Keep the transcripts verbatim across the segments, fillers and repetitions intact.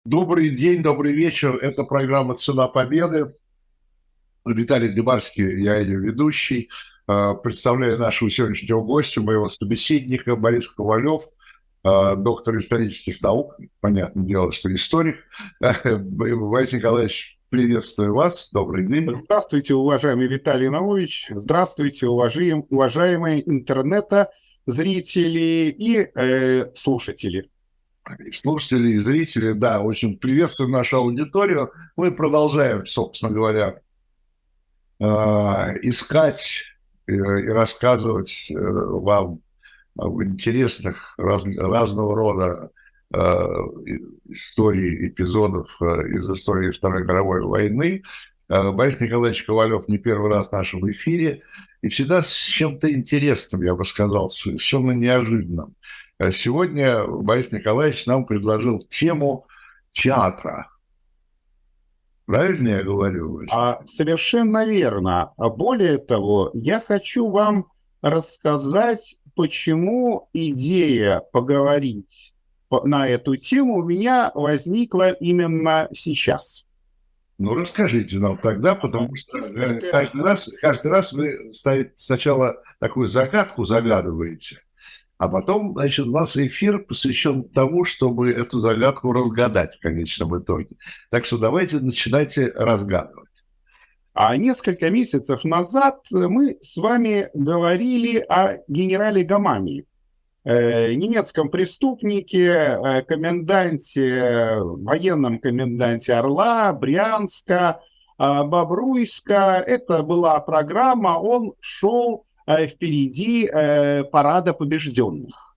Добрый день, добрый вечер. Это программа «Цена победы». Виталий Дебарский, я ее ведущий. Э, Представляю нашего сегодняшнего гостя, моего собеседника Борис Ковалев, э, доктор исторических наук. Понятное дело, что историк. Борис Николаевич, приветствую вас. Добрый день. Здравствуйте, уважаемый Виталий Наумович. Здравствуйте, уважаем, уважаемые интернета зрители и э, слушатели. И слушатели, и зрители, да, очень приветствую нашу аудиторию. Мы продолжаем, собственно говоря, э, искать э, и рассказывать э, вам об интересных раз, разного рода э, историй, эпизодов э, из истории Второй мировой войны. Э, Борис Николаевич Ковалев не первый раз в нашем эфире, и всегда с чем-то интересным, я бы сказал, совершенно неожиданным. Э, Сегодня Борис Николаевич нам предложил тему театра. Правильно я говорю? Борис? А, совершенно верно. А более того, я хочу вам рассказать, почему идея поговорить по- на эту тему у меня возникла именно сейчас. Ну, расскажите нам тогда, потому что э, Несколько каждый раз, каждый раз вы ставите сначала такую загадку, загадываете, а потом, значит, у нас эфир посвящен тому, чтобы эту загадку разгадать в конечном итоге. Так что давайте начинайте разгадывать. А несколько месяцев назад мы с вами говорили о генерале Гамами, э, немецком преступнике, э, коменданте, военном коменданте Орла, Брянска, э, Бобруйска. Это была программа, он шел э, впереди э, парада побежденных.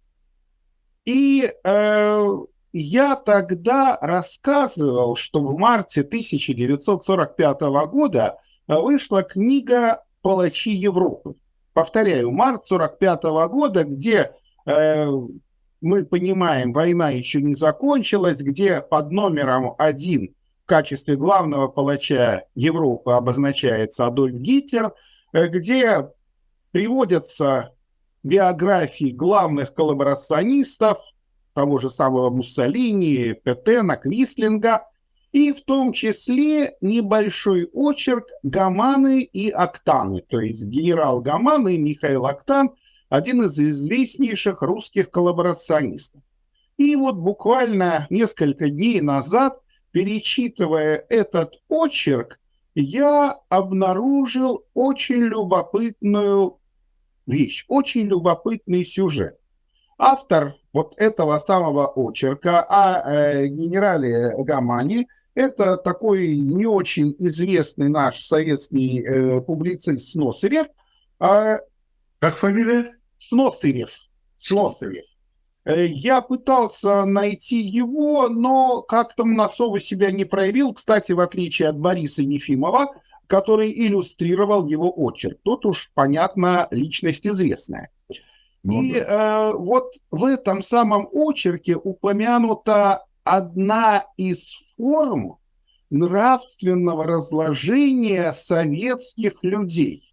И э, я тогда рассказывал, что в марте тысяча девятьсот сорок пятого года вышла книга «Палачи Европы». Повторяю, март сорок пятого года, где э, мы понимаем, война еще не закончилась, где под номером один в качестве главного палача Европы обозначается Адольф Гитлер, э, где приводятся биографии главных коллаборационистов, того же самого Муссолини, Петена, Квислинга, и в том числе небольшой очерк Гаманы и Октаны, то есть генерал Гаманы и Михаил Октан, один из известнейших русских коллаборационистов. И вот буквально несколько дней назад, перечитывая этот очерк, я обнаружил очень любопытную вещь, очень любопытный сюжет. Автор вот этого самого очерка о э, генерале Гамане — это такой не очень известный наш советский э, публицист Сносырев. Э, Как фамилия? Сносырев. Сносырев. Э, Я пытался найти его, но как-то он особо себя не проявил. Кстати, в отличие от Бориса Ефимова, который иллюстрировал его очерк. Тут уж, понятно, личность известная. Ну, И да. э, вот в этом самом очерке упомянута одна из форм нравственного разложения советских людей.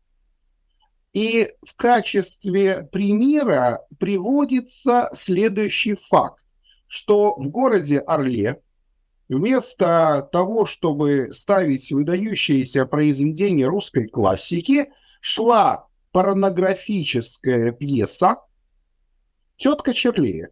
И в качестве примера приводится следующий факт, что в городе Орле вместо того, чтобы ставить выдающиеся произведения русской классики, шла порнографическая пьеса «Тетка Черлея».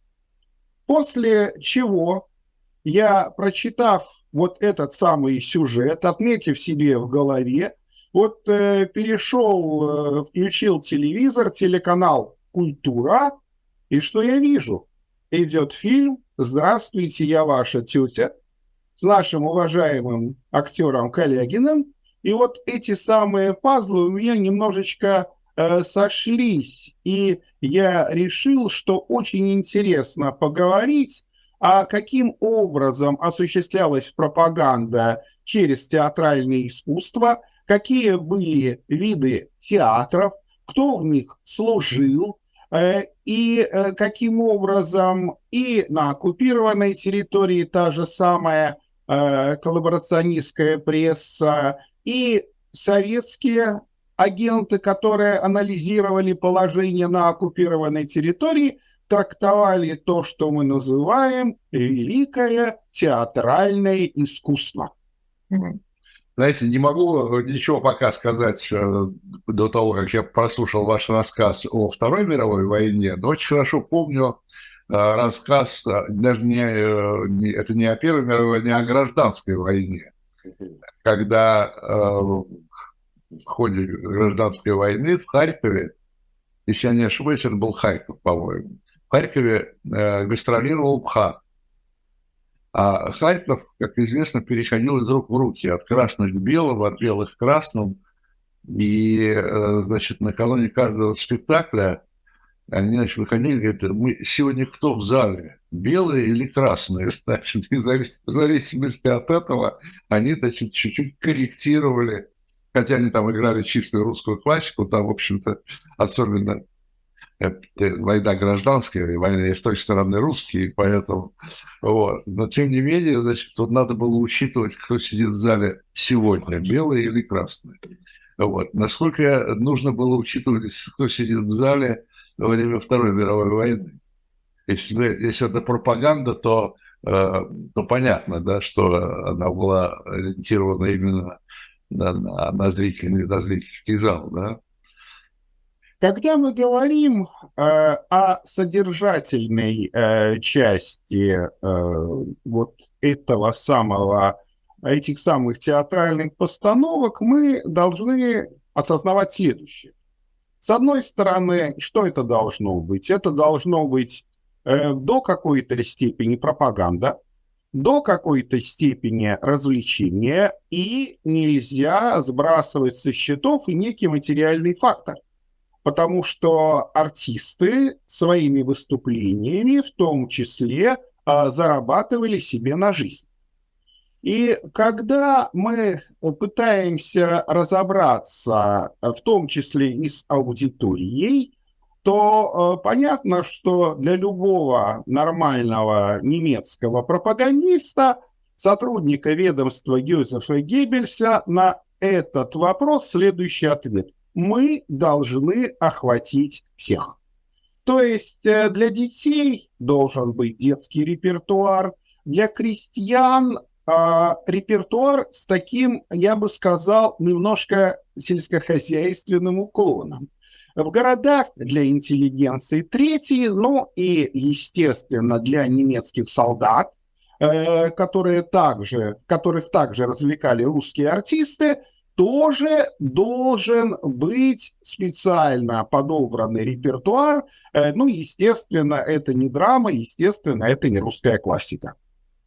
После чего я, прочитав вот этот самый сюжет, отметив себе в голове, вот э, перешел, э, включил телевизор, телеканал «Культура», и что я вижу? Идет фильм «Здравствуйте, я ваша тетя» с нашим уважаемым актером Калягиным. И вот эти самые пазлы у меня немножечко э, сошлись. И я решил, что очень интересно поговорить, а каким образом осуществлялась пропаганда через театральное искусство, какие были виды театров, кто в них служил, э, и э, каким образом и на оккупированной территории та же самая э, коллаборационистская пресса, и советские агенты, которые анализировали положение на оккупированной территории, трактовали то, что мы называем великое театральное искусство. Знаете, не могу ничего пока сказать до того, как я прослушал ваш рассказ о Второй мировой войне, но очень хорошо помню рассказ, даже не, не, это не о Первой мировой войне, а о гражданской войне, когда в ходе гражданской войны в Харькове, если я не ошибаюсь, это был Харьков, по-моему, в Харькове гастролировал МХАТ. А Харьков, как известно, переходил из рук в руки, от красных к белым, от белых к красным. И, значит, накануне каждого спектакля они, значит, выходили и говорят: мы сегодня кто в зале, белые или красные? Значит, и в зависимости от этого они, значит, чуть-чуть корректировали, хотя они там играли чистую русскую классику, там, в общем-то, особенно война гражданская, война с той стороны русские, поэтому вот. Но тем не менее, значит, тут надо было учитывать, кто сидит в зале сегодня, белые или красные. Вот. Насколько нужно было учитывать, кто сидит в зале во время Второй мировой войны. Если, если это пропаганда, то, э, то понятно, да, что она была ориентирована именно на, на, на зрительный, на зрительский зал, да. Когда мы говорим э, о содержательной э, части э, вот этого самого, этих самых театральных постановок, мы должны осознавать следующее. С одной стороны, что это должно быть? Это должно быть э, до какой-то степени пропаганда, до какой-то степени развлечения, и нельзя сбрасывать со счетов и некий материальный фактор. Потому что артисты своими выступлениями в том числе а, зарабатывали себе на жизнь. И когда мы пытаемся разобраться, в том числе и с аудиторией, то а, понятно, что для любого нормального немецкого пропагандиста, сотрудника ведомства Йозефа Геббельса, на этот вопрос следующий ответ. Мы должны охватить всех. То есть для детей должен быть детский репертуар, для крестьян э, репертуар с таким, я бы сказал, немножко сельскохозяйственным уклоном. В городах для интеллигенции третий, ну и, естественно, для немецких солдат, э, которые также, которых также развлекали русские артисты, тоже должен быть специально подобранный репертуар. Ну, естественно, это не драма, естественно, это не русская классика.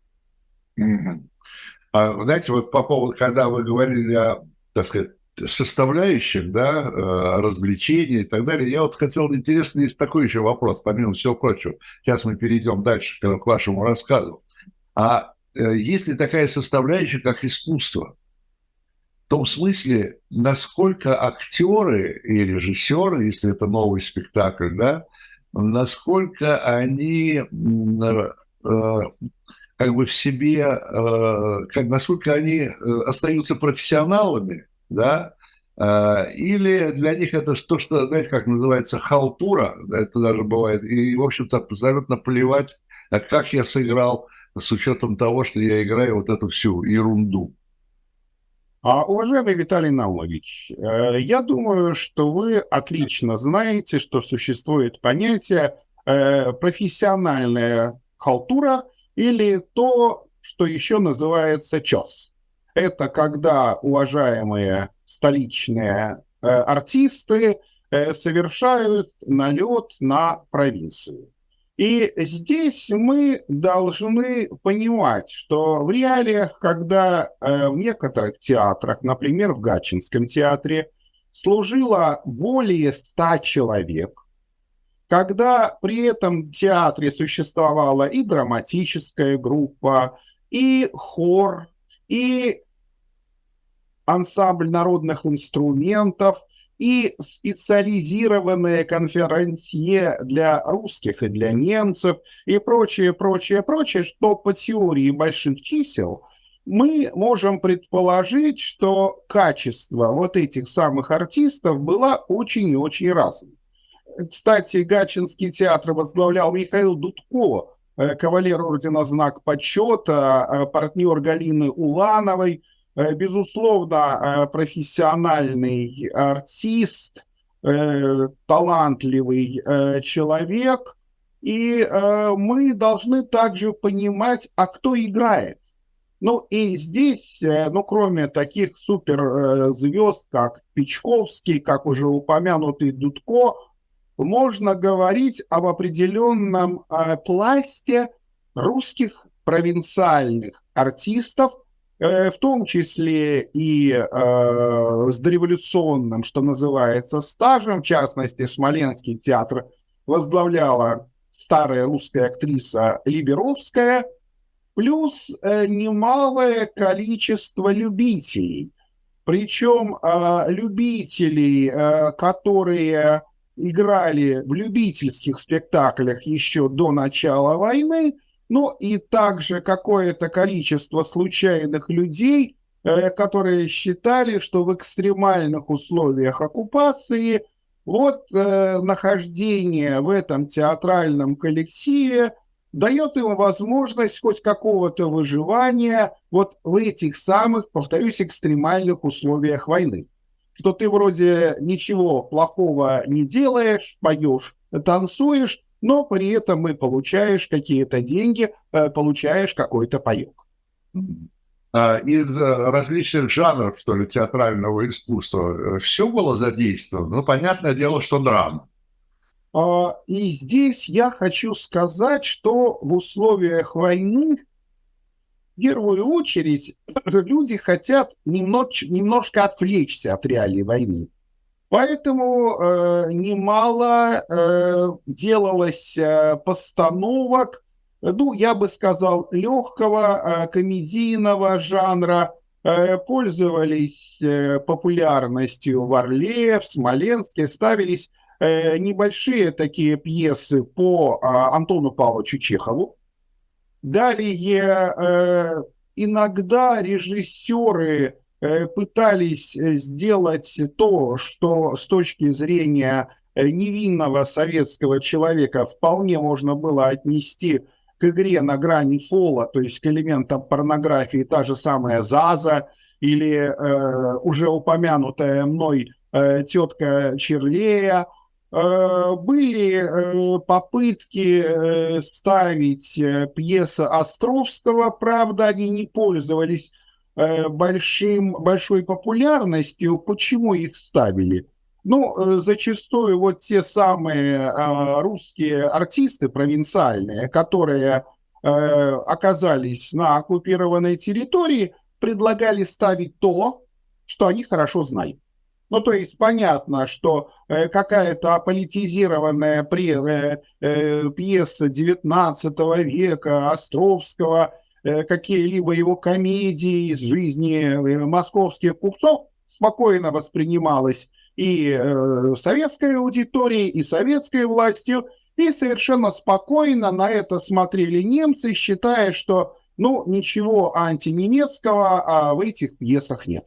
Mm-hmm. А, знаете, вот по поводу, когда вы говорили о, так сказать, составляющих, да, развлечений и так далее, я вот хотел, интересно, есть такой еще вопрос, помимо всего прочего. Сейчас мы перейдем дальше к вашему рассказу. А есть ли такая составляющая, как искусство? В том смысле, насколько актеры и режиссеры, если это новый спектакль, да, насколько они э, как бы в себе, э, как, насколько они остаются профессионалами, да, э, или для них это то, что, знаете, как называется, халтура, это даже бывает, и, в общем-то, абсолютно плевать, как я сыграл, с учетом того, что я играю вот эту всю ерунду. А, уважаемый Виталий Наумович, э, я думаю, что вы отлично знаете, что существует понятие э, профессиональная халтура или то, что еще называется чос. Это когда уважаемые столичные э, артисты э, совершают налет на провинцию. И здесь мы должны понимать, что в реалиях, когда э, в некоторых театрах, например, в Гатчинском театре, служило более ста человек, когда при этом театре существовала и драматическая группа, и хор, и ансамбль народных инструментов, и специализированные конферансье для русских и для немцев, и прочее, прочее, прочее, что по теории больших чисел мы можем предположить, что качество вот этих самых артистов было очень и очень разным. Кстати, Гатчинский театр возглавлял Михаил Дудко, кавалер ордена «Знак почета», партнер Галины Улановой, безусловно, профессиональный артист, талантливый человек. И мы должны также понимать, а кто играет. Ну и здесь, ну кроме таких суперзвезд, как Пичковский, как уже упомянутый Дудко, можно говорить об определенном пласте русских провинциальных артистов, в том числе и с дореволюционным, что называется, стажем. В частности, Смоленский театр возглавляла старая русская актриса Либеровская, плюс э, немалое количество любителей. Причем э, любителей, э, которые играли в любительских спектаклях еще до начала войны, ну и также какое-то количество случайных людей, э, которые считали, что в экстремальных условиях оккупации вот э, нахождение в этом театральном коллективе дает им возможность хоть какого-то выживания вот в этих самых, повторюсь, экстремальных условиях войны. Что ты вроде ничего плохого не делаешь, поешь, танцуешь, но при этом и получаешь какие-то деньги, получаешь какой-то паёк. Из различных жанров, что ли, театрального искусства все было задействовано? Ну, понятное дело, что драма. И здесь я хочу сказать, что в условиях войны, в первую очередь, люди хотят немнож, немножко отвлечься от реалий войны. Поэтому э, немало э, делалось э, постановок, ну, я бы сказал, легкого э, комедийного жанра, э, пользовались э, популярностью в Орле, в Смоленске, ставились небольшие такие пьесы по а, Антону Павловичу Чехову. Далее э, иногда режиссеры э, пытались сделать то, что с точки зрения невинного советского человека вполне можно было отнести к игре на грани фола, то есть к элементам порнографии, та же самая «Заза» или э, уже упомянутая мной э, тетка Черлея. Были попытки ставить пьесы Островского, правда, они не пользовались большим, большой популярностью. Почему их ставили? Ну, зачастую вот те самые русские артисты провинциальные, которые оказались на оккупированной территории, предлагали ставить то, что они хорошо знают. Ну, то есть понятно, что э, какая-то аполитизированная при, э, э, пьеса девятнадцатого века Островского, э, какие-либо его комедии из жизни э, московских купцов спокойно воспринималась и э, советской аудиторией, и советской властью, и совершенно спокойно на это смотрели немцы, считая, что ну, ничего антинемецкого а в этих пьесах нет.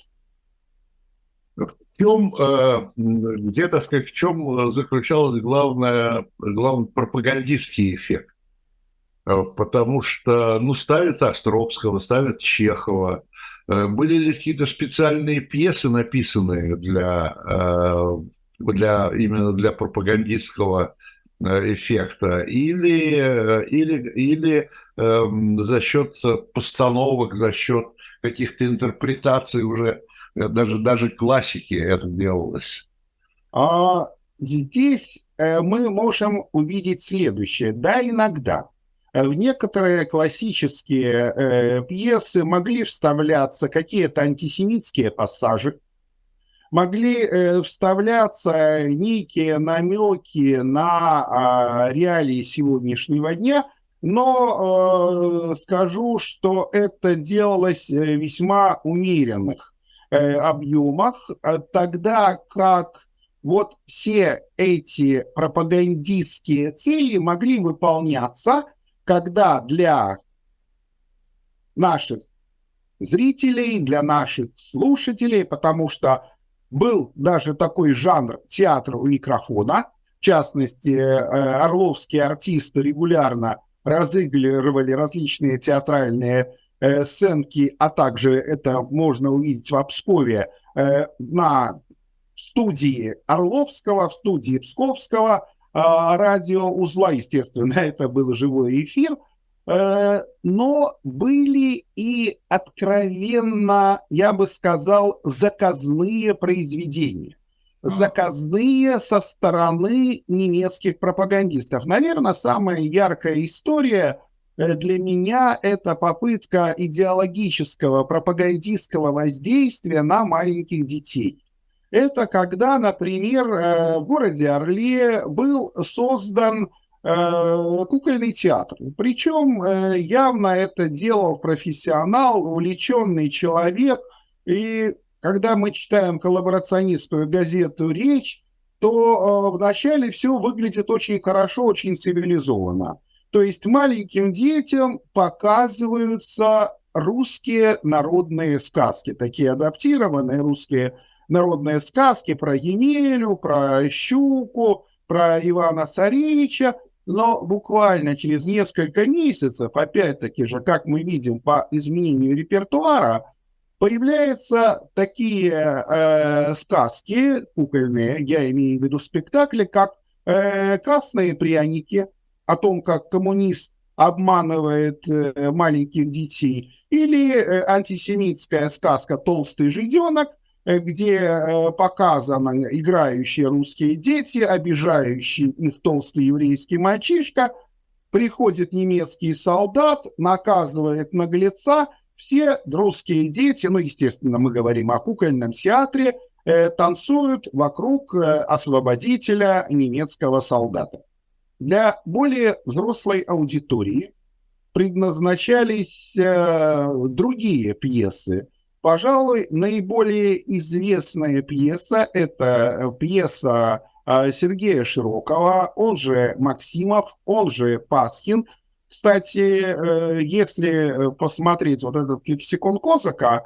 В чем, где, так сказать, в чем заключался главный пропагандистский эффект? Потому что, ну, ставят Островского, ставят Чехова. Были ли какие-то специальные пьесы, написанные для, для, именно для пропагандистского эффекта? Или, или, или за счет постановок, за счет каких-то интерпретаций уже Даже, даже классики это делалось? А здесь э, мы можем увидеть следующее. Да, иногда в некоторые классические э, пьесы могли вставляться какие-то антисемитские пассажи, могли э, вставляться некие намеки на э, реалии сегодняшнего дня, но э, скажу, что это делалось весьма умеренных объемах, тогда как вот все эти пропагандистские цели могли выполняться, когда для наших зрителей, для наших слушателей, потому что был даже такой жанр театра у микрофона, В частности, орловские артисты регулярно разыгрывали различные театральные сценки, а также это можно увидеть в Пскове на студии Орловского, в студии Псковского радиоузла. Естественно, это был живой эфир. Но были и откровенно, я бы сказал, заказные произведения. Заказные со стороны немецких пропагандистов. Наверное, самая яркая история для меня – это попытка идеологического пропагандистского воздействия на маленьких детей. Это когда, например, в городе Орле был создан кукольный театр. Причем явно это делал профессионал, увлеченный человек. И когда мы читаем коллаборационистскую газету «Речь», то вначале все выглядит очень хорошо, очень цивилизованно. То есть маленьким детям показываются русские народные сказки, такие адаптированные русские народные сказки про Емелю, про Щуку, про Ивана Царевича. Но буквально через несколько месяцев, опять-таки же, как мы видим по изменению репертуара, появляются такие э, сказки кукольные, я имею в виду спектакли, как э, «Красные пряники», о том, как коммунист обманывает э, маленьких детей, или э, антисемитская сказка «Толстый жиденок», где э, показаны играющие русские дети, обижающий их толстый еврейский мальчишка. Приходит немецкий солдат, наказывает наглеца. Все русские дети, ну, естественно, мы говорим о кукольном театре, э, танцуют вокруг э, освободителя немецкого солдата. Для более взрослой аудитории предназначались э, другие пьесы. Пожалуй, наиболее известная пьеса – это пьеса Сергея Широкова, он же Максимов, он же Пасхин. Кстати, если посмотреть вот этот лексикон Козака,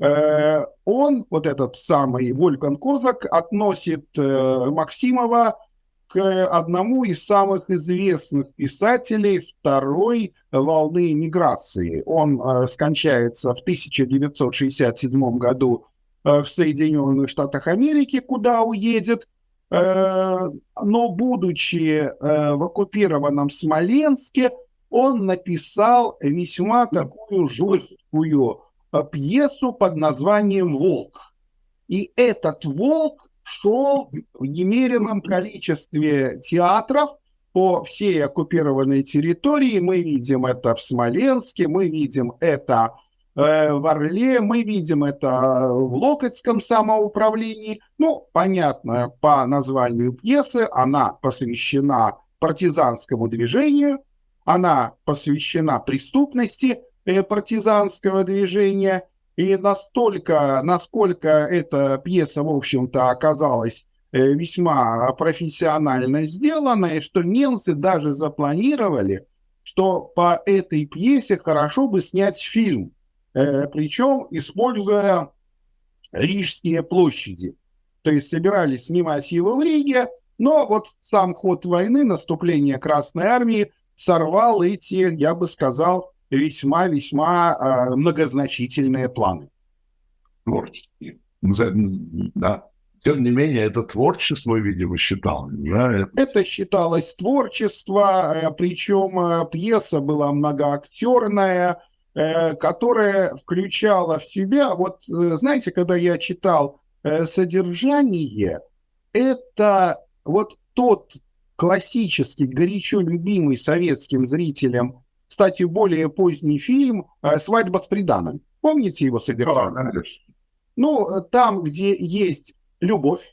он, вот этот самый Вольфган Козак, относит Максимова к одному из самых известных писателей второй волны миграции. Он э, скончается в тысяча девятьсот шестьдесят седьмом году э, в Соединенных Штатах Америки, куда уедет. Э, но, будучи э, в оккупированном Смоленске, он написал весьма такую жесткую э, пьесу под названием «Волк». И этот «Волк» шел в немеренном количестве театров по всей оккупированной территории. Мы видим это в Смоленске, мы видим это э, в Орле, мы видим это в Локотском самоуправлении. Ну, понятно, по названию пьесы она посвящена партизанскому движению, она посвящена преступности э, партизанского движения. И настолько, насколько эта пьеса, в общем-то, оказалась весьма профессионально сделанной, что немцы даже запланировали, что по этой пьесе хорошо бы снять фильм, причем используя Рижские площади. То есть собирались снимать его в Риге, но вот сам ход войны, наступление Красной Армии сорвал эти, я бы сказал, весьма-весьма э, многозначительные планы. Творческие. Да. Тем не менее, это творчество, видимо, считалось. Да? Это считалось творчество, э, причем э, пьеса была многоактерная, э, которая включала в себя, вот э, знаете, когда я читал э, содержание, это вот тот классический, горячо любимый советским зрителям, кстати, более поздний фильм «Свадьба с приданым». Помните его содержание? Да, ну, там, где есть любовь,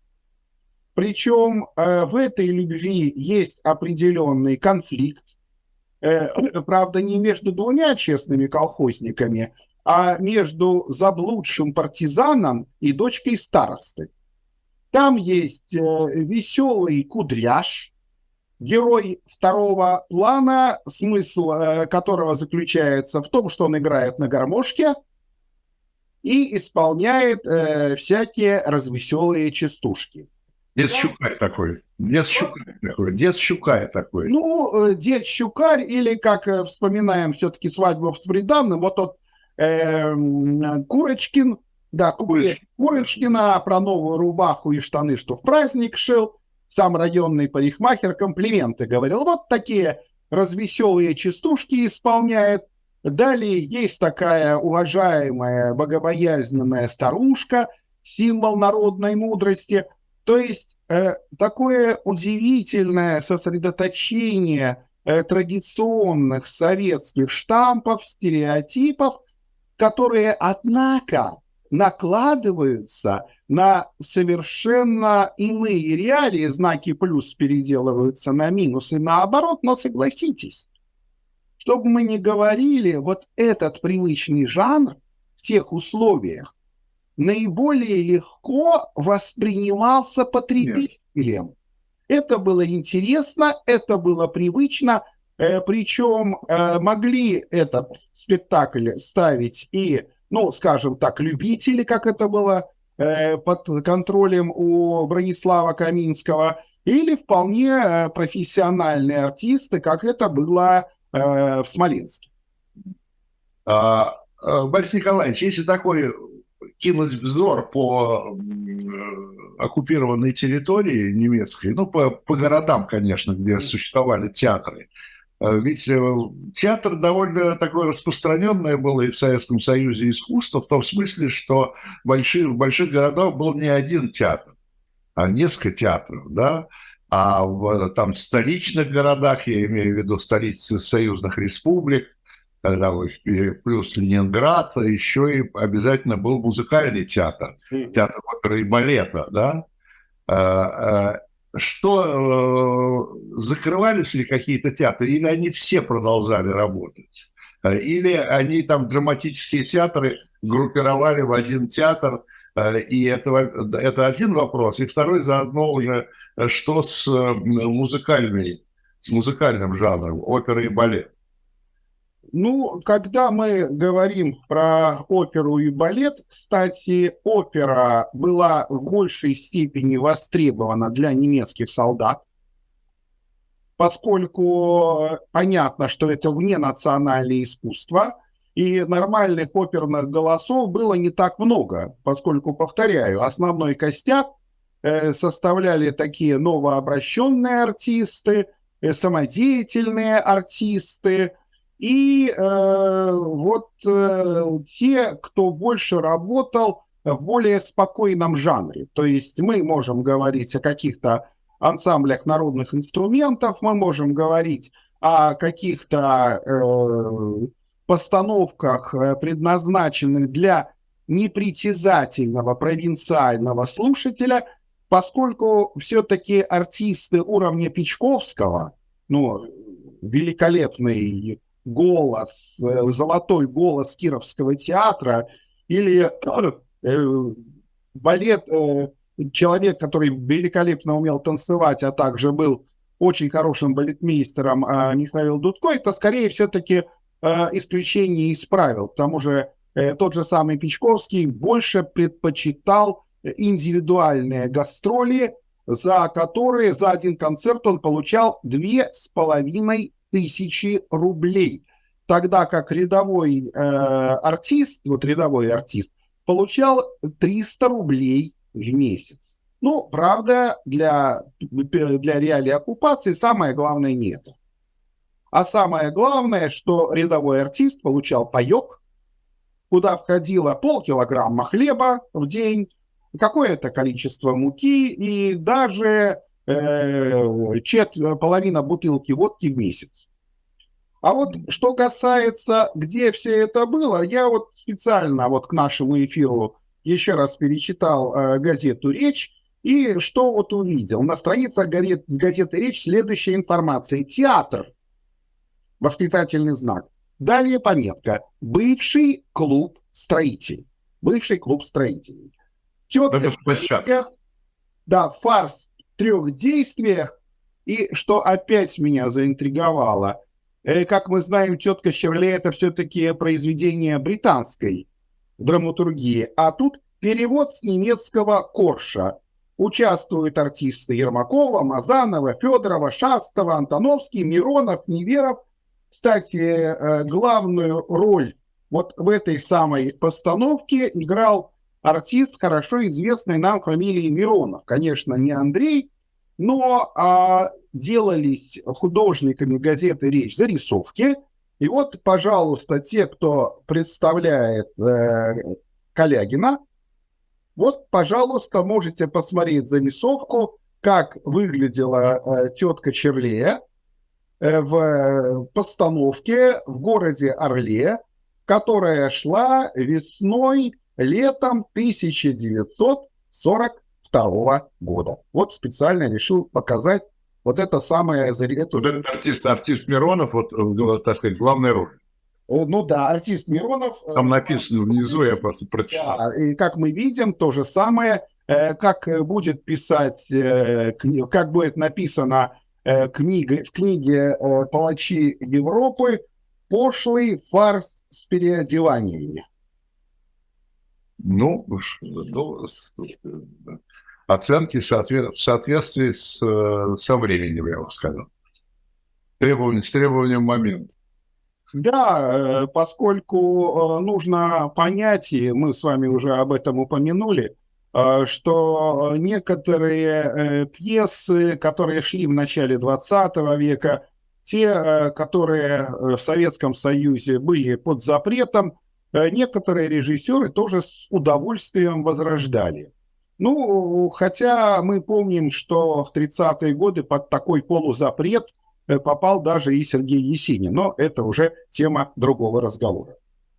причем э, в этой любви есть определенный конфликт, э, правда, не между двумя честными колхозниками, а между заблудшим партизаном и дочкой старосты. Там есть э, веселый кудряш, герой второго плана, смысл э, которого заключается в том, что он играет на гармошке и исполняет э, всякие развеселые частушки. Дед Щукарь такой. Дед Щукарь такой. Дед Щукарь такой. Ну, дед Щукарь, или, как вспоминаем все-таки «Свадьбу с приданым», вот тот э, Курочкин, да, Курочкин. Курочкина про новую рубаху и штаны, что в праздник шил, сам районный парикмахер комплименты говорил. Вот такие развеселые частушки исполняет. Далее есть такая уважаемая богобоязненная старушка, символ народной мудрости. То есть э, такое удивительное сосредоточение э, традиционных советских штампов, стереотипов, которые, однако, накладываются на совершенно иные реалии, знаки плюс переделываются на минус и наоборот, но согласитесь, что бы мы ни говорили, вот этот привычный жанр в тех условиях наиболее легко воспринимался потребителем. Нет. Это было интересно, это было привычно, э, причем э, могли этот спектакль ставить и, ну, скажем так, любители, как это было э, под контролем у Бронислава Каминского, или вполне э, профессиональные артисты, как это было э, в Смоленске. А, Борис Николаевич, если такой кинуть взор по э, оккупированной территории немецкой, ну, по, по городам, конечно, где существовали театры, ведь театр довольно такое распространенное было и в Советском Союзе искусство, в том смысле, что больших, в больших городах был не один театр, а несколько театров, да, а в там, столичных городах, я имею в виду столицы союзных республик, плюс Ленинград, еще и обязательно был музыкальный театр, театр оперы и балета, да. Что, закрывались ли какие-то театры, или они все продолжали работать? Или они там драматические театры группировали в один театр, и это, это один вопрос. И второй заодно уже, что с музыкальной, с музыкальным жанром, оперы и балет? Ну, когда мы говорим про оперу и балет, кстати, опера была в большей степени востребована для немецких солдат, поскольку понятно, что это вненациональное искусство, и нормальных оперных голосов было не так много, поскольку, повторяю, основной костяк э, составляли такие новообращенные артисты, э, самодеятельные артисты, и э, вот э, те, кто больше работал в более спокойном жанре. То есть мы можем говорить о каких-то ансамблях народных инструментов, мы можем говорить о каких-то э, постановках, предназначенных для непритязательного провинциального слушателя, поскольку все-таки артисты уровня Пичковского, ну, великолепный голос, золотой голос Кировского театра, или э, балет, э, человек, который великолепно умел танцевать, а также был очень хорошим балетмейстером, э, Михаил Дудко, это скорее все-таки э, исключение из правил. К тому же э, тот же самый Пичковский больше предпочитал индивидуальные гастроли, за которые за один концерт он получал две с половиной тысячи рублей, тогда как рядовой э, артист, вот рядовой артист, получал триста рублей в месяц. Ну, правда, для, для реалий оккупации самое главное не это. А самое главное, что рядовой артист получал паёк, куда входило полкилограмма хлеба в день, какое-то количество муки и даже э, четверть, половина бутылки водки в месяц. А вот что касается, где все это было, я вот специально вот к нашему эфиру еще раз перечитал э, газету «Речь», и что вот увидел. На страницах газет, газеты «Речь» следующая информация. Театр. Восклицательный знак. Далее пометка. Бывший клуб строителей. Бывший клуб строителей. Тетка в действиях, да, фарс в трех действиях. И что опять меня заинтриговало, э, как мы знаем, тетка Щерле это все-таки произведение британской драматургии, а тут перевод с немецкого Корша. Участвуют артисты Ермакова, Мазанова, Федорова, Шастова, Антоновский, Миронов, Неверов. Кстати, главную роль вот в этой самой постановке играл артист, хорошо известный нам фамилией Миронов. Конечно, не Андрей, но а, делались художниками газеты «Речь» зарисовки. И вот, пожалуйста, те, кто представляет э, Калягина, вот, пожалуйста, можете посмотреть зарисовку, как выглядела э, тетка Черлея э, в постановке в городе Орле, которая шла весной, летом тысяча девятьсот сорок второго года. Вот специально решил показать вот это самое... Вот этот артист, артист Миронов, вот, так сказать, главная роль. Ну да, артист Миронов... Там написано внизу, я просто прочитал. Да, и как мы видим, то же самое, как будет писать, как будет написано книга, в книге «Палачи Европы», пошлый фарс с переодеваниями. Ну, ну оценки в соответствии с, со временем, я вам сказал. Требования, с требованием момента. Да, поскольку нужно понять, и мы с вами уже об этом упомянули, что некоторые пьесы, которые шли в начале двадцатого века, те, которые в Советском Союзе были под запретом, некоторые режиссеры тоже с удовольствием возрождали. Ну, хотя мы помним, что в тридцатые годы под такой полузапрет попал даже и Сергей Есенин, но это уже тема другого разговора.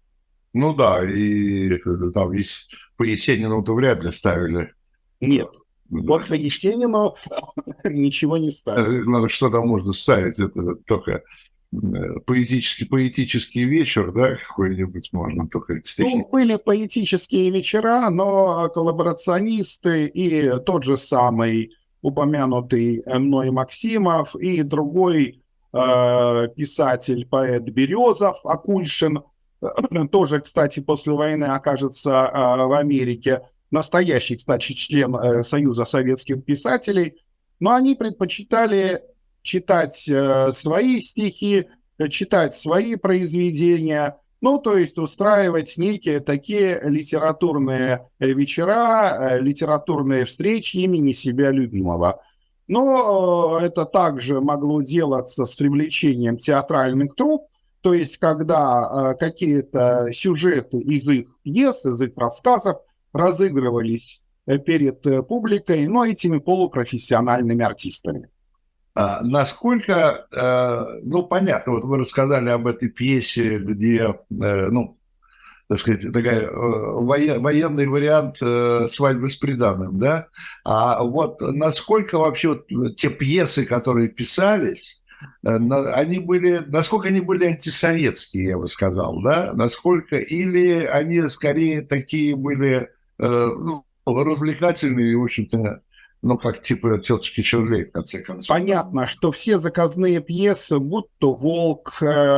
Ну да, и там есть по Есенину-то вряд ли ставили. Нет, вот по Есенину ничего не ставили. Что там можно ставить? Это только поэтический, поэтический вечер, да, какой-нибудь можно только стихи. Ну, были поэтические вечера, но коллаборационисты и тот же самый упомянутый мной Максимов и другой э, писатель, поэт Березов, Акульшин, тоже, кстати, после войны окажется э, в Америке, настоящий, кстати, член э, Союза советских писателей, но они предпочитали читать э, свои стихи, читать свои произведения, ну, то есть устраивать некие такие литературные вечера, литературные встречи имени себя любимого. Но это также могло делаться с привлечением театральных труп, то есть когда какие-то сюжеты из их пьес, из их рассказов разыгрывались перед публикой, но этими полупрофессиональными артистами. А, насколько, э, ну, понятно, вот вы рассказали об этой пьесе, где, э, ну, так сказать, такая, э, воен, военный вариант э, «Свадьбы с приданым», да? А вот насколько вообще вот, те пьесы, которые писались, э, на, они были, насколько они были антисоветские, я бы сказал, да? Насколько, или они скорее такие были, э, ну, развлекательные, в общем-то, ну, как типа тетушки Черлей, в конце концов. Понятно, что все заказные пьесы, будь то «Волк»,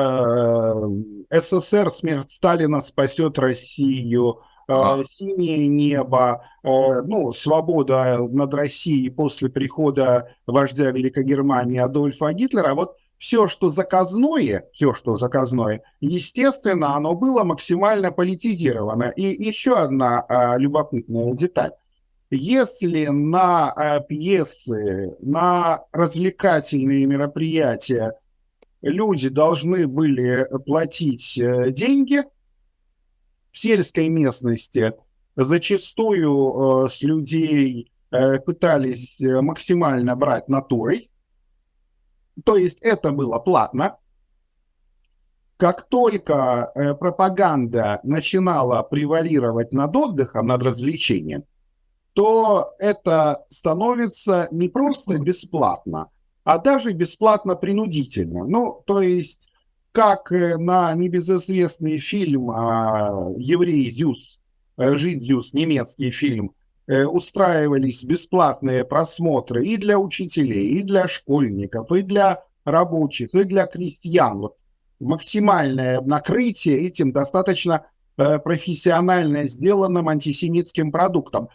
э, «СССР. Смерть Сталина спасет Россию», э, а. «Синее небо», э, ну, «Свобода над Россией» после прихода вождя Великой Германии Адольфа Гитлера, вот все, что заказное, все, что заказное, естественно, оно было максимально политизировано. И еще одна э, любопытная деталь. Если на э, пьесы, на развлекательные мероприятия люди должны были платить э, деньги, в сельской местности зачастую э, с людей э, пытались максимально брать натурой, то есть это было платно. Как только э, пропаганда начинала превалировать над отдыхом, над развлечением, то это становится не просто бесплатно, а даже бесплатно принудительно. Ну, то есть, как на небезызвестный фильм «Еврей Зюс», «Жид Зюс», немецкий фильм, устраивались бесплатные просмотры и для учителей, и для школьников, и для рабочих, и для крестьян. Вот максимальное накрытие этим достаточно профессионально сделанным антисемитским продуктом.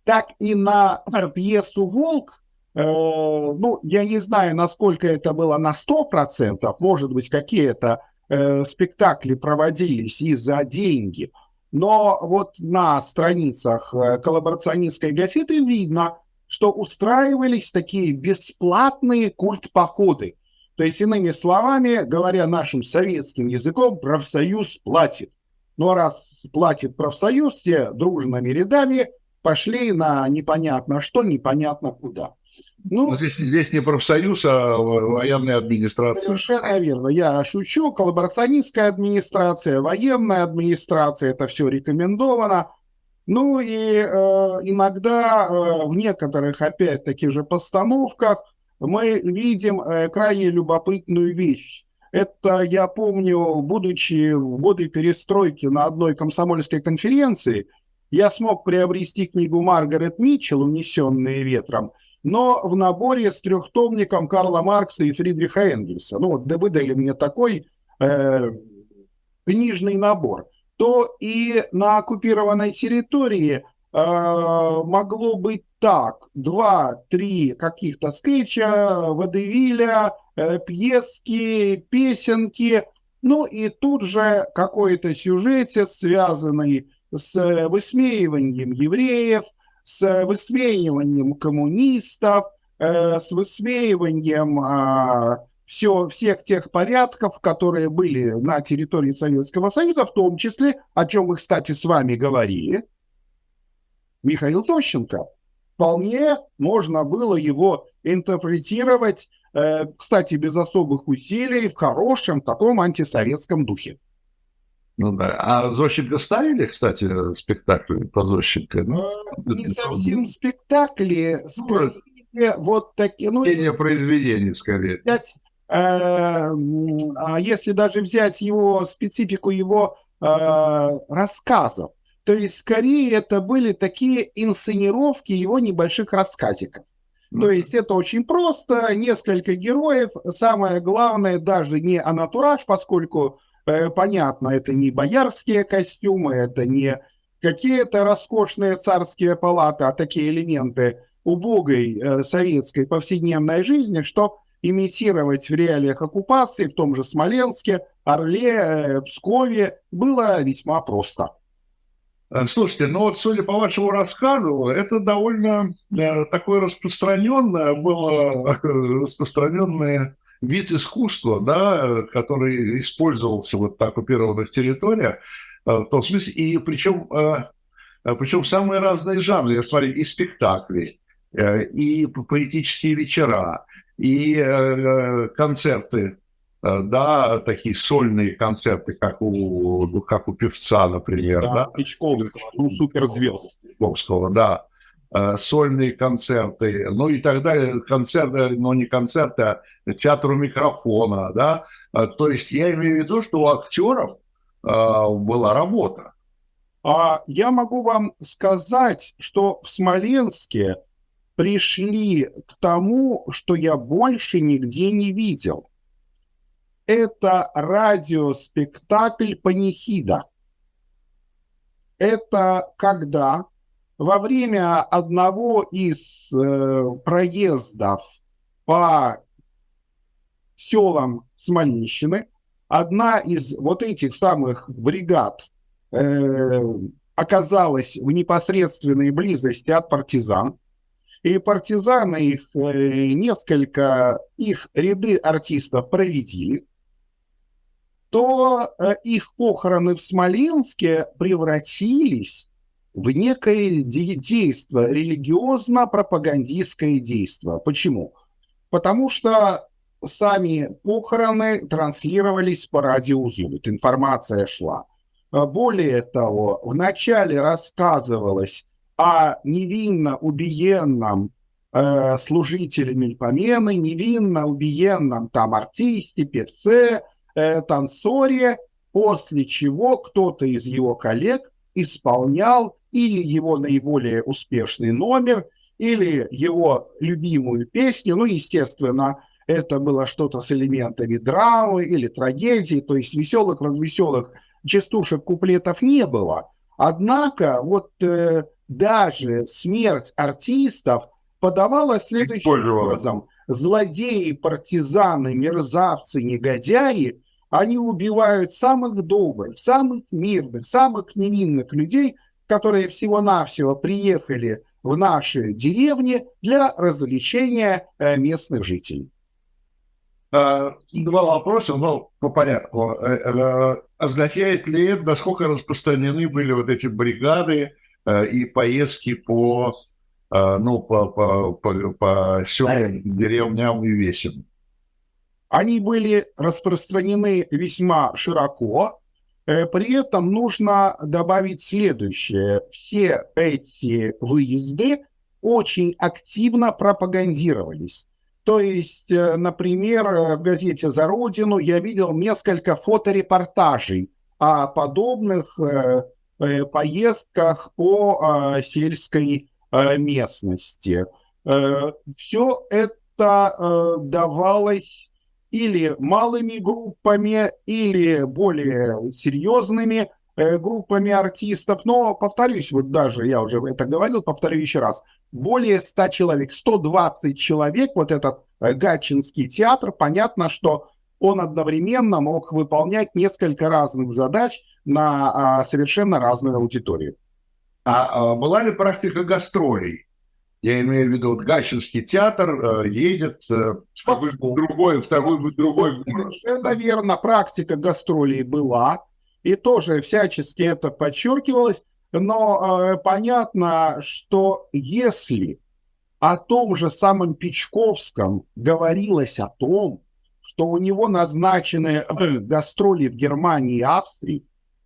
так и на пьесу «Волк». Э, ну, я не знаю, насколько это было на сто процентов, может быть, какие-то э, спектакли проводились и за деньги, но вот на страницах э, коллаборационистской газеты видно, что устраивались такие бесплатные культпоходы. То есть, иными словами, говоря нашим советским языком, профсоюз платит. Ну, а раз платит профсоюз, все дружными рядами пошли на непонятно что, непонятно куда. Ну, здесь, здесь не профсоюз, а военная администрация. Совершенно верно. Я шучу. Коллаборационистская администрация, военная администрация, это все рекомендовано. Ну и э, иногда э, в некоторых, опять-таки же, постановках мы видим э, крайне любопытную вещь. Это, я помню, будучи в годы перестройки на одной комсомольской конференции, я смог приобрести книгу Маргарет Митчелл «Унесенные ветром», но в наборе с трехтомником Карла Маркса и Фридриха Энгельса. Ну вот, да выдали мне такой э, книжный набор. То и на оккупированной территории э, могло быть так: два-три каких-то скетча, водевиля, э, пьески, песенки, ну и тут же какой-то сюжет, связанный с высмеиванием евреев, с высмеиванием коммунистов, э, с высмеиванием э, все, всех тех порядков, которые были на территории Советского Союза, в том числе, о чем мы, кстати, с вами говорили, Михаил Зощенко. Вполне можно было его интерпретировать, э, кстати, без особых усилий, в хорошем таком антисоветском духе. Ну да. А Зощенко ставили, кстати, спектакли по Зощенко? Ну, не совсем спектакли, скорее вот такие... Ну, произведения, скорее. Взять, э, а если даже взять его специфику его э, рассказов, то есть скорее это были такие инсценировки его небольших рассказиков. Mm-hmm. То есть это очень просто, несколько героев, самое главное даже не анатураж, поскольку понятно, это не боярские костюмы, это не какие-то роскошные царские палаты, а такие элементы убогой э, советской повседневной жизни, что имитировать в реалиях оккупации в том же Смоленске, Орле, э, Пскове было весьма просто. Слушайте, ну вот судя по вашему рассказу, это довольно э, такое распространенное было, распространенное вид искусства, да, который использовался вот на оккупированных территориях, в том смысле, и причем, причем самые разные жанры. Я смотрю, и спектакли, и поэтические вечера, и концерты, да, такие сольные концерты, как у, как у певца, например. Да, да? Ичковского, ну, суперзвезд. Ичковского, да. Сольные концерты, ну и так далее, концерты, но не концерты, а театр у микрофона, да, то есть я имею в виду, что у актеров а, была работа. А я могу вам сказать, что в Смоленске пришли к тому, что я больше нигде не видел. Это радиоспектакль «Панихида». Это когда во время одного из э, проездов по селам Смоленщины одна из вот этих самых бригад э, оказалась в непосредственной близости от партизан, и партизаны их, э, несколько, их ряды артистов проредили, то э, их похороны в Смоленске превратились в некое действие, религиозно-пропагандистское действие. Почему? Потому что сами похороны транслировались по радиоузлу, информация шла. Более того, вначале рассказывалось о невинно убиенном э, служителе Мельпомены, невинно убиенном там артисте, певце, э, танцоре, после чего кто-то из его коллег исполнял или его наиболее успешный номер, или его любимую песню. Ну, естественно, это было что-то с элементами драмы или трагедии, то есть веселых, развеселых частушек, куплетов не было. Однако вот э, даже смерть артистов подавалась следующим образом. Злодеи, партизаны, мерзавцы, негодяи, они убивают самых добрых, самых мирных, самых невинных людей, которые всего-навсего приехали в наши деревни для развлечения местных жителей. Два вопроса, но по порядку. Означает ли это, насколько распространены были вот эти бригады и поездки по, ну, по, по, по, по селам, деревням и весям? Они были распространены весьма широко. При этом нужно добавить следующее. Все эти выезды очень активно пропагандировались. То есть, например, в газете «За Родину» я видел несколько фоторепортажей о подобных поездках по сельской местности. Все это давалось или малыми группами, или более серьезными группами артистов. Но, повторюсь, вот даже я уже это говорил, повторю еще раз, более ста человек, сто двадцать человек, вот этот Гатчинский театр, понятно, что он одновременно мог выполнять несколько разных задач на а, совершенно разную аудиторию. А, а была ли практика гастролей? Я имею в виду, вот Гатчинский театр э, едет э, в такой другой, в такой другой город. Совершенно верно, практика гастролей была, и тоже всячески это подчеркивалось, но э, понятно, что если о том же самом Пичковском говорилось о том, что у него назначены э, гастроли в Германии и Австрии,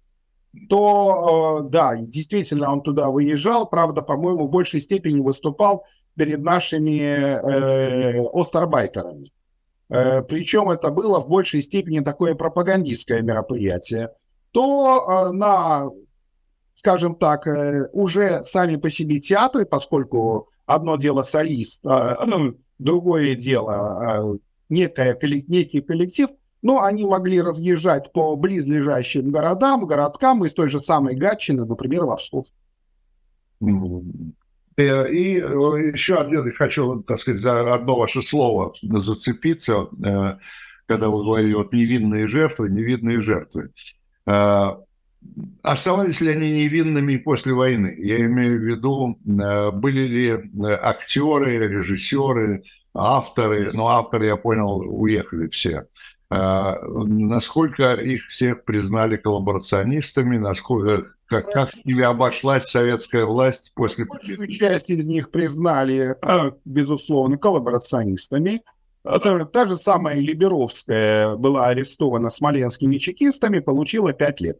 то, э, да, действительно он туда выезжал, правда, по-моему, в большей степени выступал перед нашими э, остарбайтерами. Э, причем это было в большей степени такое пропагандистское мероприятие. То э, на, скажем так, э, уже сами по себе театры, поскольку одно дело солист, э, другое дело э, некое, некий коллектив, но они могли разъезжать по близлежащим городам, городкам из той же самой Гатчины, например, в Псков. И еще один, хочу, так сказать, за одно ваше слово зацепиться, когда вы говорили, вот невинные жертвы, невинные жертвы. Оставались ли они невинными после войны? Я имею в виду, были ли актеры, режиссеры, авторы, ну, авторы, я понял, уехали все. Насколько их всех признали коллаборационистами, насколько, как, как с ними обошлась советская власть после победы? Большую часть из них признали, безусловно, коллаборационистами. Та же самая Либеровская была арестована смоленскими чекистами, получила пять лет.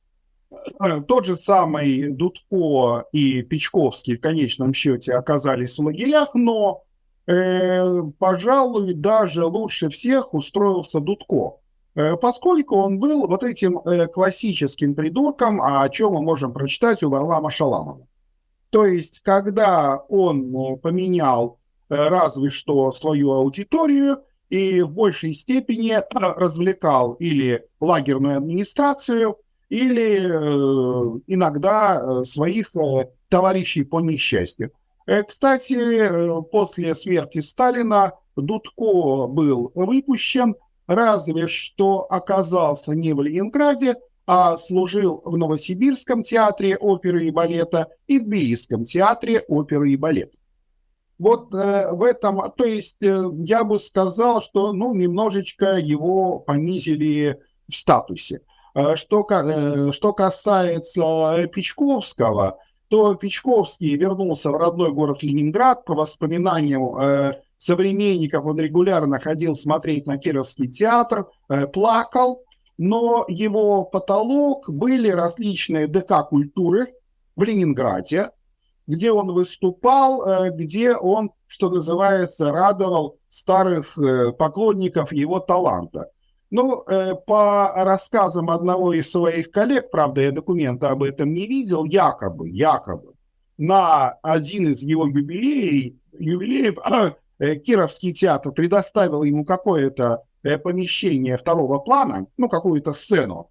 Тот же самый Дудко и Пичковский в конечном счете оказались в лагерях, но Э, пожалуй, даже лучше всех устроился Дудко, э, поскольку он был вот этим э, классическим придурком, о чем мы можем прочитать у Варлама Шаламова. То есть, когда он э, поменял э, разве что свою аудиторию и в большей степени развлекал или лагерную администрацию, или э, иногда э, своих э, товарищей по несчастью. Кстати, после смерти Сталина Дудко был выпущен, разве что оказался не в Ленинграде, а служил в Новосибирском театре оперы и балета и в Тбилисском театре оперы и балета. Вот э, в этом, то есть э, я бы сказал, что ну, немножечко его понизили в статусе. Э, что, э, что касается Пичковского, то Пичковский вернулся в родной город Ленинград. По воспоминаниям э, современников, он регулярно ходил смотреть на Кировский театр, э, плакал, но его потолок были различные ДК культуры в Ленинграде, где он выступал, э, где он, что называется, радовал старых э, поклонников его таланта. Ну, э, по рассказам одного из своих коллег, правда, я документа об этом не видел, якобы, якобы, на один из его юбилеев, юбилеев э, Кировский театр предоставил ему какое-то э, помещение второго плана, ну, какую-то сцену,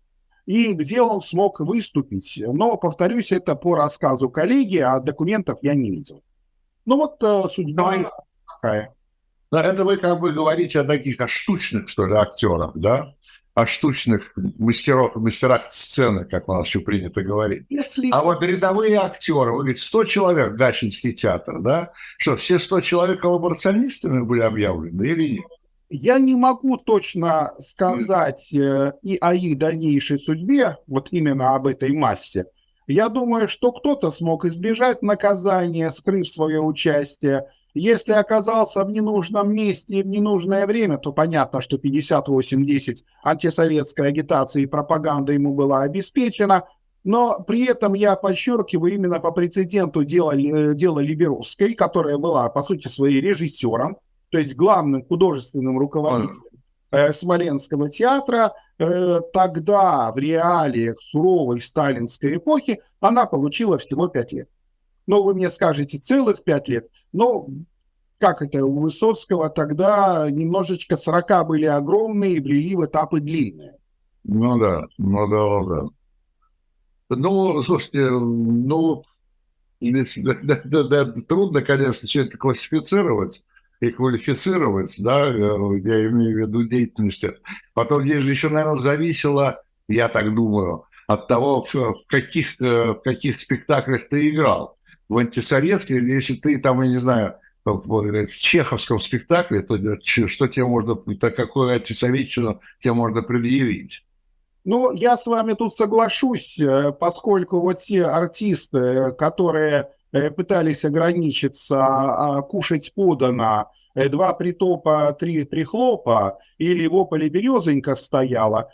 и где он смог выступить. Но, повторюсь, это по рассказу коллеги, а документов я не видел. Ну вот э, судьба такая. Да, это вы как бы говорите о таких, о штучных, что ли, актерах, да? О штучных мастерах, мастерах сцены, как у нас еще принято говорить. Если... А вот рядовые актеры, вы говорите, сто человек, Гатчинский театр, да? Что, все сто человек коллаборационистами были объявлены или нет? Я не могу точно сказать э, и о их дальнейшей судьбе, вот именно об этой массе. Я думаю, что кто-то смог избежать наказания, скрыв свое участие. Если оказался в ненужном месте и в ненужное время, то понятно, что пятьдесят восемь десять антисоветской агитации и пропаганда ему была обеспечена. Но при этом я подчеркиваю именно по прецеденту дела, дела Либеровской, которая была, по сути, своей режиссером, то есть главным художественным руководителем э, Смоленского театра, э, тогда в реалиях суровой сталинской эпохи она получила всего пять лет. Ну, вы мне скажете, целых пять лет. Ну, как это, у Высоцкого тогда немножечко срока были огромные, брели в этапы длинные. Ну да, ну да, да. Ну, слушайте, ну, да, да, да, трудно, конечно, все это классифицировать и квалифицировать, да, я имею в виду деятельность. Потом здесь же еще, наверное, зависело, я так думаю, от того, в каких, в каких спектаклях ты играл. В антисоветских, если ты там, я не знаю, в, в чеховском спектакле, то что тебе можно, какую антисоветчину тебе можно предъявить? Ну, я с вами тут соглашусь, поскольку вот те артисты, которые пытались ограничиться, кушать подано, два притопа, три прихлопа, или в ополе березонька стояла,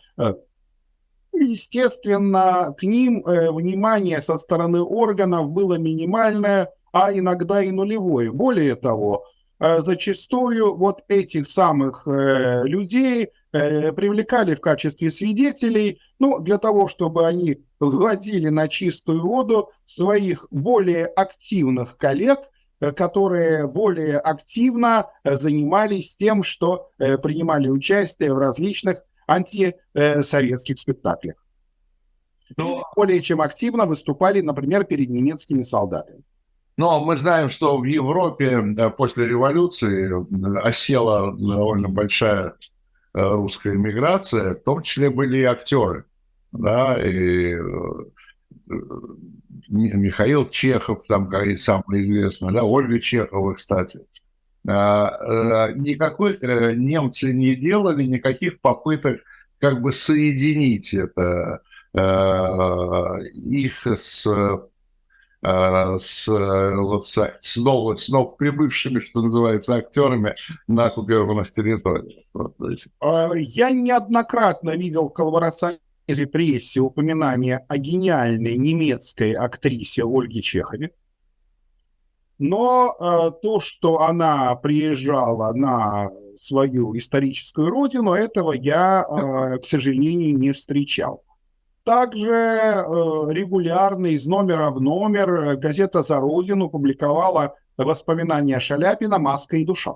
естественно, к ним внимание со стороны органов было минимальное, а иногда и нулевое. Более того, зачастую вот этих самых людей привлекали в качестве свидетелей, ну, для того, чтобы они выводили на чистую воду своих более активных коллег, которые более активно занимались тем, что принимали участие в различных антисоветских спектаклях. Но более чем активно выступали, например, перед немецкими солдатами. Но мы знаем, что в Европе после революции осела довольно большая русская эмиграция, в том числе были и актеры, да, и Михаил Чехов, там, как и самое известное, да, Ольга Чехова, кстати. Никакой немцы не делали никаких попыток как бы соединить это их с с, вот, с, ново, с новоприбывшими, что называется, актерами на оккупированных территориях. Я неоднократно видел в коллаборационной прессе упоминание о гениальной немецкой актрисе Ольге Чехове. Но э, то, что она приезжала на свою историческую родину, этого я, э, к сожалению, не встречал. Также э, регулярно из номера в номер газета «За Родину» публиковала воспоминания Шаляпина «Маска и душа».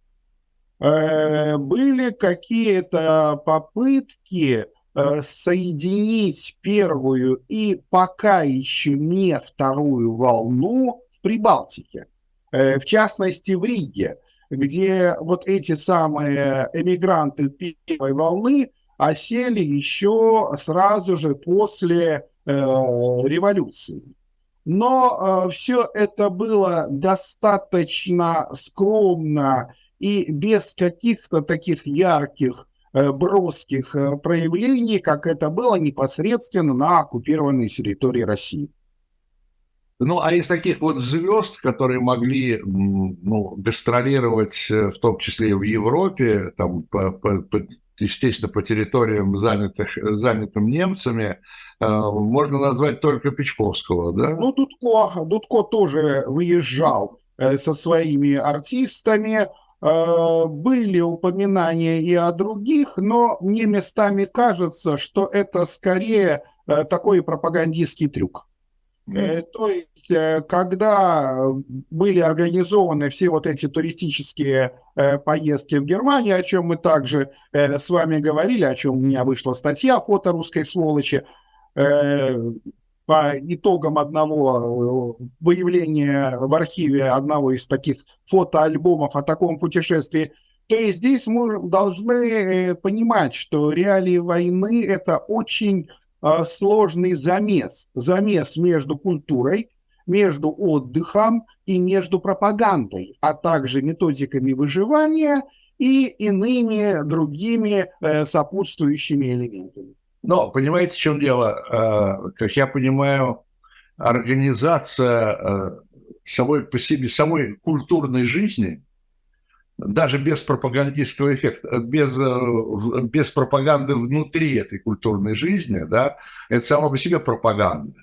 Э, были какие-то попытки э, соединить первую и пока еще не вторую волну в Прибалтике, э, в частности в Риге, где вот эти самые эмигранты первой волны осели еще сразу же после э, революции. Но э, все это было достаточно скромно и без каких-то таких ярких, э, броских э, проявлений, как это было непосредственно на оккупированной территории России. Ну, а из таких вот звезд, которые могли, ну, гастролировать, в том числе и в Европе, там, по, по, по, естественно, по территориям, занятых, занятым немцами, э, можно назвать только Печковского, да? Ну, Дудко, Дудко тоже выезжал э, со своими артистами. Э, были упоминания и о других, но мне местами кажется, что это скорее э, такой пропагандистский трюк. Э, То есть, э, когда были организованы все вот эти туристические э, поездки в Германию, о чем мы также э, с вами говорили, о чем у меня вышла статья «Фото русской сволочи», э, по итогам одного э, выявления в архиве одного из таких фотоальбомов о таком путешествии, то есть здесь мы должны э, понимать, что реалии войны — это очень э, сложный замес. Замес между культурой, между отдыхом и между пропагандой, а также методиками выживания и иными другими э, сопутствующими элементами. Но понимаете, в чем дело? Э, Как я понимаю, организация э, самой по себе, самой культурной жизни, даже без пропагандистского эффекта, без, э, в- без пропаганды внутри этой культурной жизни, да, это само по себе пропаганда.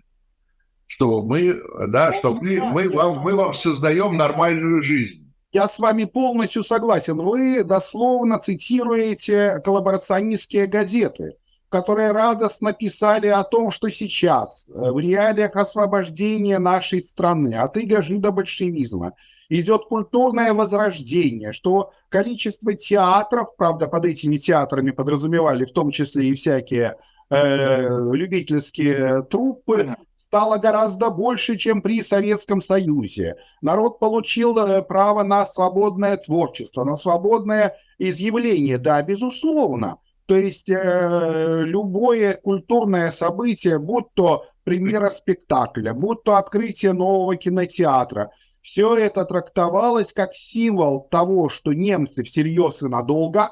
Что мы, да, что мы, мы, вам, мы вам создаем нормальную жизнь. Я с вами полностью согласен. Вы дословно цитируете коллаборационистские газеты, которые радостно писали о том, что сейчас, э, в реалиях освобождения нашей страны от иго жидобольшевизма, идет культурное возрождение, что количество театров, правда, под этими театрами подразумевали в том числе и всякие э, любительские труппы, стало гораздо больше, чем при Советском Союзе. Народ получил э, право на свободное творчество, на свободное изъявление, да, безусловно. То есть э, любое культурное событие, будь то премьера спектакля, будь то открытие нового кинотеатра, все это трактовалось как символ того, что немцы всерьез и надолго,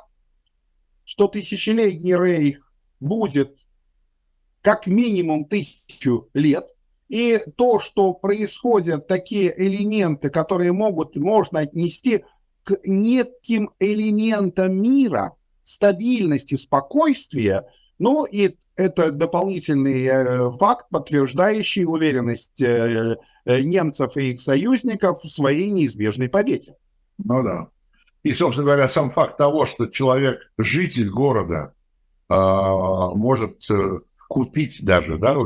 что тысячелетний рейх будет как минимум тысячу лет. И то, что происходят такие элементы, которые могут, можно отнести к неким элементам мира, стабильности, спокойствия, ну и это дополнительный э, факт, подтверждающий уверенность э, э, немцев и их союзников в своей неизбежной победе. Ну да. И, собственно говоря, сам факт того, что человек, житель города, э, может э, купить даже, да,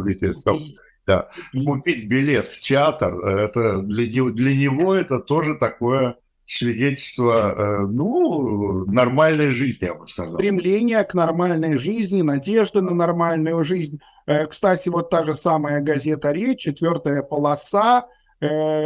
да, купить билет в театр, это для него, для него это тоже такое свидетельство, э, ну, нормальной жизни, я бы сказал. Стремление к нормальной жизни, надежда на нормальную жизнь. Э, Кстати, вот та же самая газета «Речь», четвертая полоса, э,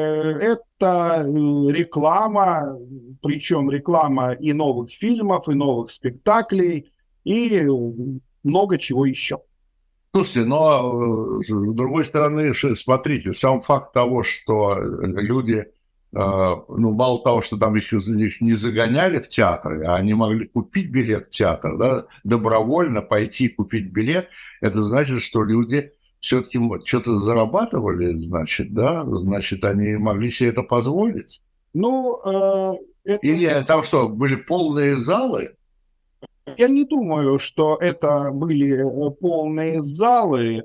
это э, реклама, причем реклама и новых фильмов, и новых спектаклей, и много чего еще. Слушайте, но э, с другой стороны, ш- смотрите, сам факт того, что люди, э, ну, мало того, что там их, из- их не загоняли в театры, а они могли купить билет в театр, да, добровольно пойти купить билет, это значит, что люди все-таки что-то зарабатывали, значит, да, значит, они могли себе это позволить. Ну, э, это... Или там что, были полные залы? Я не думаю, что это были э, полные залы,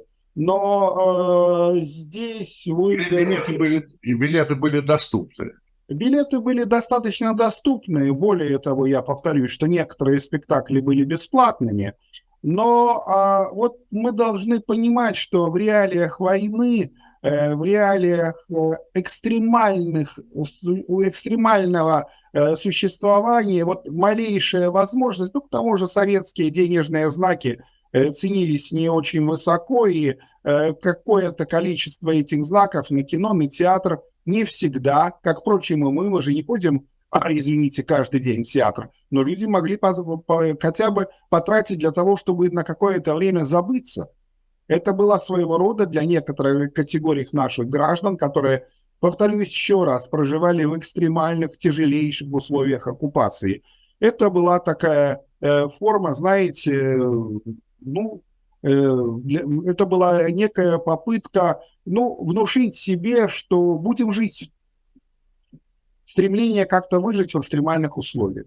но э, здесь вы... Или билеты были, и билеты были доступны? Билеты были достаточно доступны. Более того, я повторюсь, что некоторые спектакли были бесплатными. Но а, вот мы должны понимать, что в реалиях войны, э, в реалиях э, экстремальных, су- у экстремального э, существования, вот малейшая возможность, ну, к тому же советские денежные знаки э, ценились не очень высоко, и э, какое-то количество этих знаков на кино, на театр не всегда, как, впрочем, и мы, мы же не ходим, а, извините, каждый день в театр, но люди могли по, по, хотя бы потратить для того, чтобы на какое-то время забыться. Это было своего рода для некоторых категорий наших граждан, которые, повторюсь еще раз, проживали в экстремальных, тяжелейших условиях оккупации. Это была такая э, форма, знаете, э, ну, э, для, это была некая попытка, ну, внушить себе, что будем жить, стремление как-то выжить в экстремальных условиях.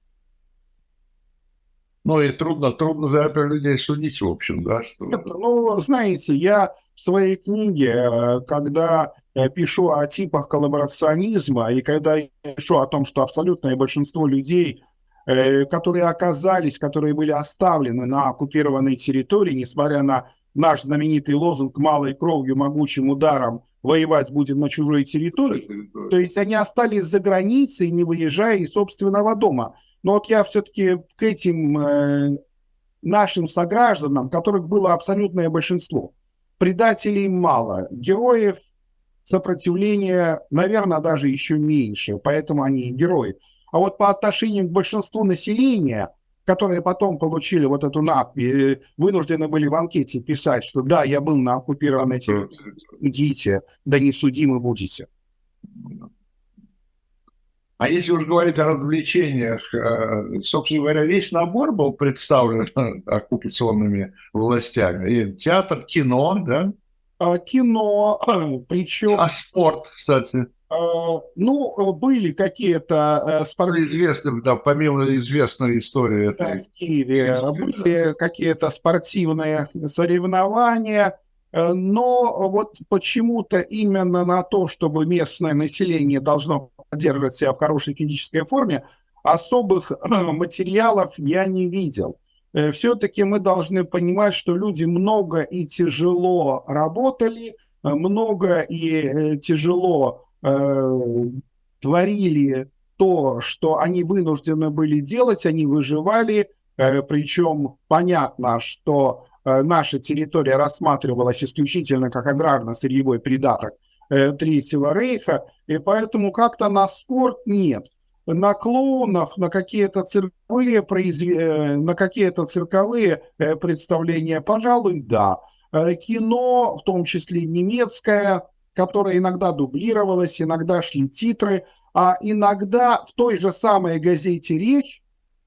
Ну и трудно, трудно за это людей судить, в общем, да? Что... Ну, знаете, я в своей книге, э, когда э, пишу о типах коллаборационизма, и когда я пишу о том, что абсолютное большинство людей, э, которые оказались, которые были оставлены на оккупированной территории, несмотря на наш знаменитый лозунг «малой кровью, могучим ударом воевать будем на чужой территории». То есть они остались за границей, не выезжая из собственного дома. Но вот я все-таки к этим э, нашим согражданам, которых было абсолютное большинство, предателей мало, героев сопротивления, наверное, даже еще меньше, поэтому они и герои. А вот по отношению к большинству населения, которые потом получили вот эту надпись, вынуждены были в анкете писать, что да, я был на оккупированной территории, идите, да не судимы будете. А если уж говорить о развлечениях, собственно говоря, весь набор был представлен оккупационными властями. И театр, кино, да? Кино, причем... А спорт, кстати? Ну, были какие-то спортивные... Известные, да, помимо известной истории этой. В Киеве были какие-то спортивные соревнования, но вот почему-то именно на то, чтобы местное население должно поддерживать себя в хорошей физической форме, особых материалов я не видел. Все-таки мы должны понимать, что люди много и тяжело работали, много и тяжело э, творили то, что они вынуждены были делать, они выживали, э, причем понятно, что э, наша территория рассматривалась исключительно как аграрно-сырьевой придаток э, Третьего рейха, и поэтому как-то на спорт нет. На клоунов, на какие-то цирковые, произв... на какие-то цирковые представления, пожалуй, да. Кино, в том числе немецкое, которое иногда дублировалось, иногда шли титры, а иногда в той же самой газете «Речь»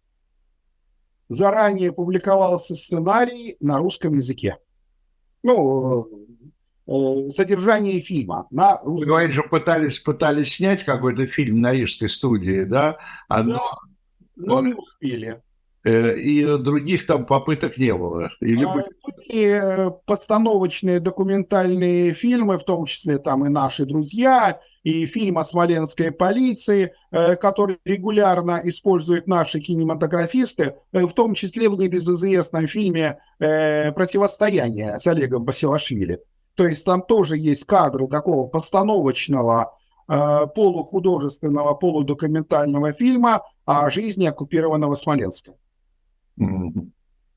заранее публиковался сценарий на русском языке. Ну, содержание фильма на русском. Вы говорите, что пытались, пытались снять какой-то фильм на Рижской студии, да? Одно... Но, но не успели. И других там попыток не было. Или... Были постановочные документальные фильмы, в том числе там и «Наши друзья», и фильм о смоленской полиции, который регулярно используют наши кинематографисты, в том числе в небезызвестном фильме «Противостояние» с Олегом Басилашвили. То есть там тоже есть кадры такого постановочного, полухудожественного, полудокументального фильма о жизни оккупированного Смоленска. Mm-hmm.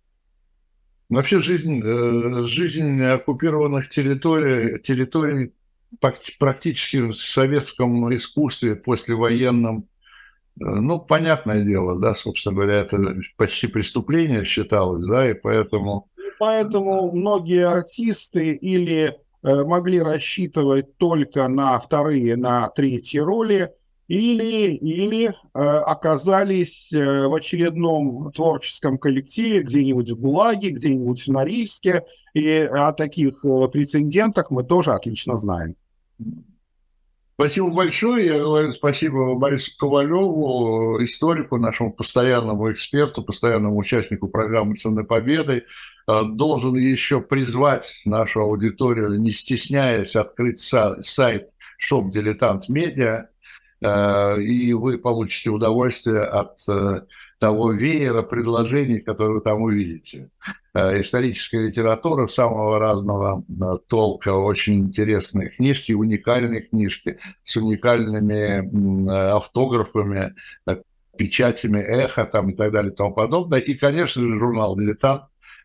Вообще жизнь, жизнь оккупированных территорий, территорий практически в советском искусстве послевоенном, ну, понятное дело, да, собственно говоря, это почти преступление считалось, да, и поэтому... Поэтому многие артисты или э, могли рассчитывать только на вторые, на третьи роли, или, или э, оказались э, в очередном творческом коллективе где-нибудь в ГУЛАГе, где-нибудь в Норильске, и о таких э, прецедентах мы тоже отлично знаем. Спасибо большое. Я говорю спасибо Борису Ковалеву, историку, нашему постоянному эксперту, постоянному участнику программы «Цены победы». Должен еще призвать нашу аудиторию, не стесняясь, открыть сайт шоп Дилетант Медиа, и вы получите удовольствие от того веера предложений, которые вы там увидите. Историческая литература самого разного толка, очень интересные книжки, уникальные книжки с уникальными автографами, печатями эхо там, и так далее и тому подобное. И, конечно же, журнал «Дилетант»,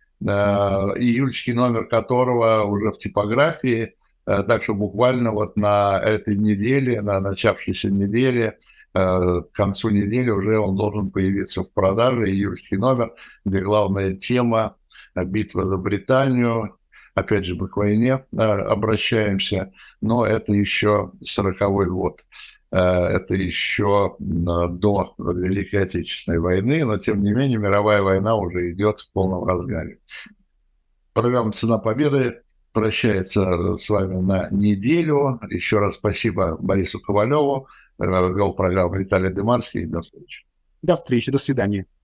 июльский номер которого уже в типографии. Так что буквально вот на этой неделе, на начавшейся неделе, к концу недели уже он должен появиться в продаже, июльский номер, где главная тема — битва за Британию. Опять же, мы к войне обращаемся, но это еще сороковой год. Это еще до Великой Отечественной войны, но тем не менее мировая война уже идет в полном разгаре. Программа «Цена победы» прощается с вами на неделю. Еще раз спасибо Борису Ковалеву. Вел программу Виталий Дымарский. До встречи. До встречи, до свидания.